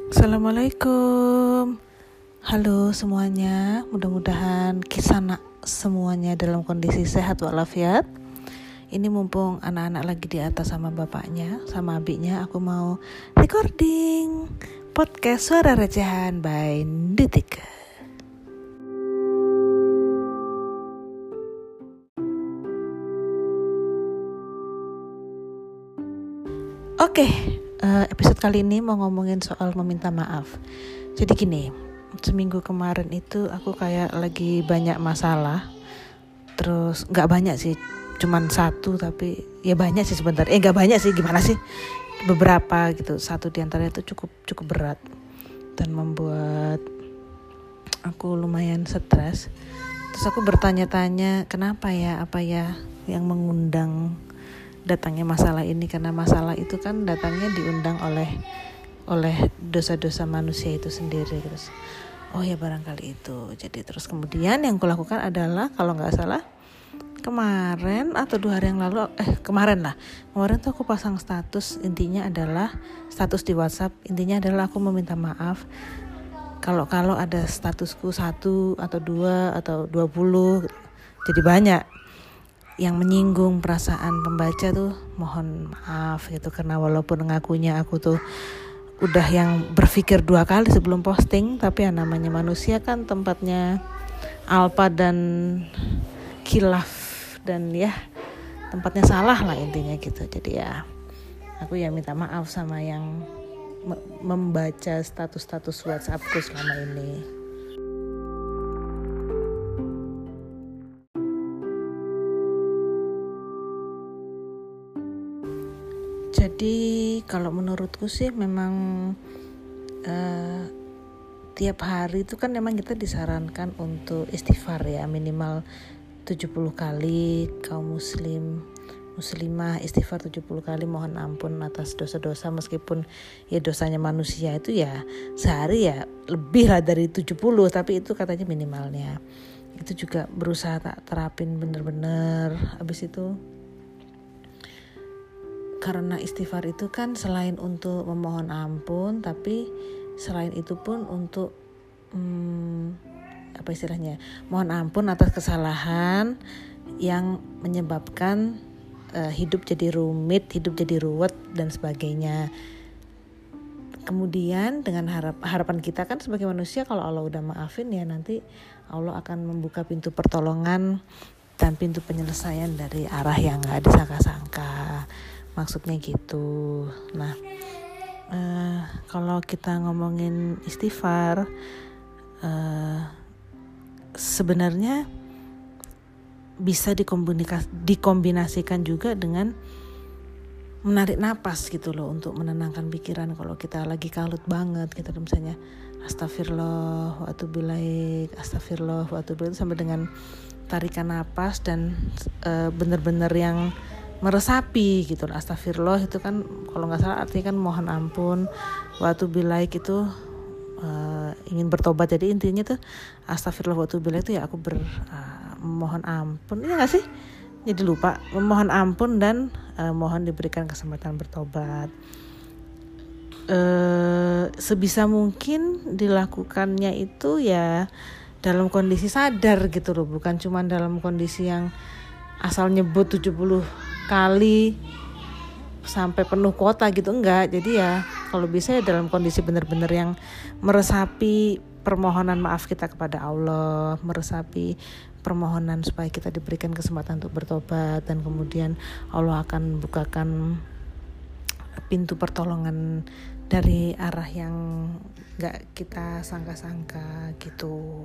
Assalamualaikum. Halo semuanya, mudah-mudahan kisana semuanya dalam kondisi sehat walafiat. Ini mumpung anak-anak lagi di atas sama bapaknya, sama abinya, aku mau recording podcast Suara Recehan by Ditika. Oke, episode kali ini mau ngomongin soal meminta maaf. Jadi gini, seminggu kemarin itu aku kayak lagi banyak masalah. Terus gak banyak sih, cuman satu, tapi ya banyak sih sebenarnya. Gak banyak sih, gimana sih, beberapa gitu. Satu diantaranya itu cukup berat dan membuat aku lumayan stres. Terus aku bertanya-tanya, kenapa ya, apa ya yang mengundang datangnya masalah ini. Karena masalah itu kan datangnya diundang oleh dosa-dosa manusia itu sendiri. Terus oh ya barangkali itu. Jadi terus kemudian yang kulakukan adalah, kalau nggak salah kemarin atau 2 hari yang lalu, kemarin tuh aku pasang status, intinya adalah status di WhatsApp, intinya adalah aku meminta maaf kalau ada statusku 1 atau 2 atau 20 jadi banyak yang menyinggung perasaan pembaca tuh, mohon maaf gitu. Karena walaupun ngakunya aku tuh udah yang berpikir 2 kali sebelum posting, tapi yang namanya manusia kan tempatnya alpa dan khilaf, dan ya tempatnya salah lah intinya gitu. Jadi ya aku ya minta maaf sama yang membaca status-status WhatsAppku selama ini. Jadi kalau menurutku sih memang tiap hari itu kan memang kita disarankan untuk istighfar ya, minimal 70 kali. Kaum muslimah istighfar 70 kali, mohon ampun atas dosa-dosa. Meskipun ya dosanya manusia itu ya sehari ya lebih lah dari 70, tapi itu katanya minimalnya. Itu juga berusaha tak terapin bener-bener. Habis itu karena istighfar itu kan selain untuk memohon ampun, tapi selain itu pun untuk mohon ampun atas kesalahan yang menyebabkan hidup jadi rumit, hidup jadi ruwet dan sebagainya. Kemudian dengan harapan kita kan sebagai manusia, kalau Allah udah maafin ya nanti Allah akan membuka pintu pertolongan dan pintu penyelesaian dari arah yang gak disangka-sangka. Maksudnya gitu. Nah, kalau kita ngomongin istighfar, sebenarnya bisa dikombinasikan juga dengan menarik napas gitu loh, untuk menenangkan pikiran. Kalau kita lagi kalut banget gitu, misalnya astagfirullah wa atubu ilaik, astagfirullah wa atubu ilaik, sampai dengan tarikan napas dan benar-benar yang meresapi gitu. Astagfirullah itu kan kalau nggak salah artinya kan mohon ampun, wa atubu ilaik itu ingin bertobat. Jadi intinya tuh astagfirullah wa atubu ilaik itu ya aku mohon ampun, iya nggak sih? Jadi lupa, memohon ampun dan mohon diberikan kesempatan bertobat. Sebisa mungkin dilakukannya itu ya dalam kondisi sadar gitu loh, bukan cuma dalam kondisi yang asal nyebut 70 kali sampai penuh kuota gitu, enggak. Jadi ya kalau bisa ya dalam kondisi benar-benar yang meresapi permohonan maaf kita kepada Allah, meresapi permohonan supaya kita diberikan kesempatan untuk bertobat, dan kemudian Allah akan bukakan pintu pertolongan dari arah yang enggak kita sangka-sangka gitu.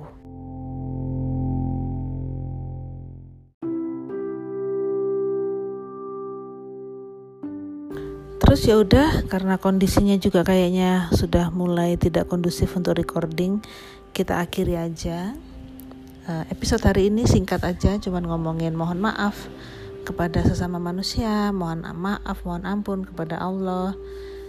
Terus ya udah, karena kondisinya juga kayaknya sudah mulai tidak kondusif untuk recording, kita akhiri aja. Episode hari ini singkat aja, cuman ngomongin mohon maaf kepada sesama manusia, mohon maaf, mohon ampun kepada Allah.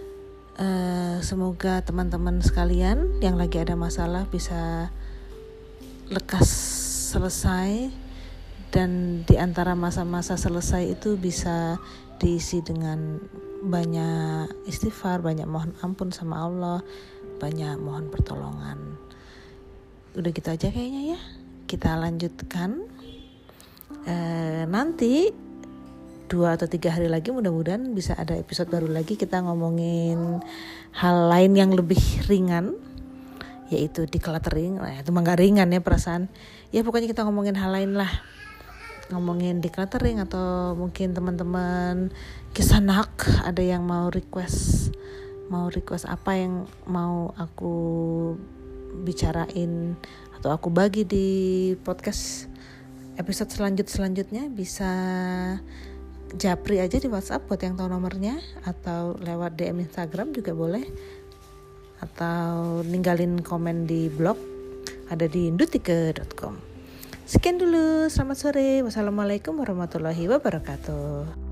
Semoga teman-teman sekalian yang lagi ada masalah bisa lekas selesai Dan di antara masa-masa selesai itu bisa diisi dengan banyak istighfar, banyak mohon ampun sama Allah, banyak mohon pertolongan. Udah gitu aja kayaknya ya. Kita lanjutkan nanti 2 atau 3 hari lagi mudah-mudahan bisa ada episode baru lagi. Kita ngomongin hal lain yang lebih ringan, yaitu decluttering. Itu mah gak ringan ya perasaan. Ya pokoknya kita ngomongin hal lain lah. Ngomongin decluttering, atau mungkin teman-teman kisanak ada yang mau request apa yang mau aku bicarain atau aku bagi di podcast episode selanjutnya, bisa japri aja di WhatsApp buat yang tahu nomornya, atau lewat DM Instagram juga boleh, atau ninggalin komen di blog ada di ndutike.com. Sekian dulu, selamat sore. Wassalamualaikum warahmatullahi wabarakatuh.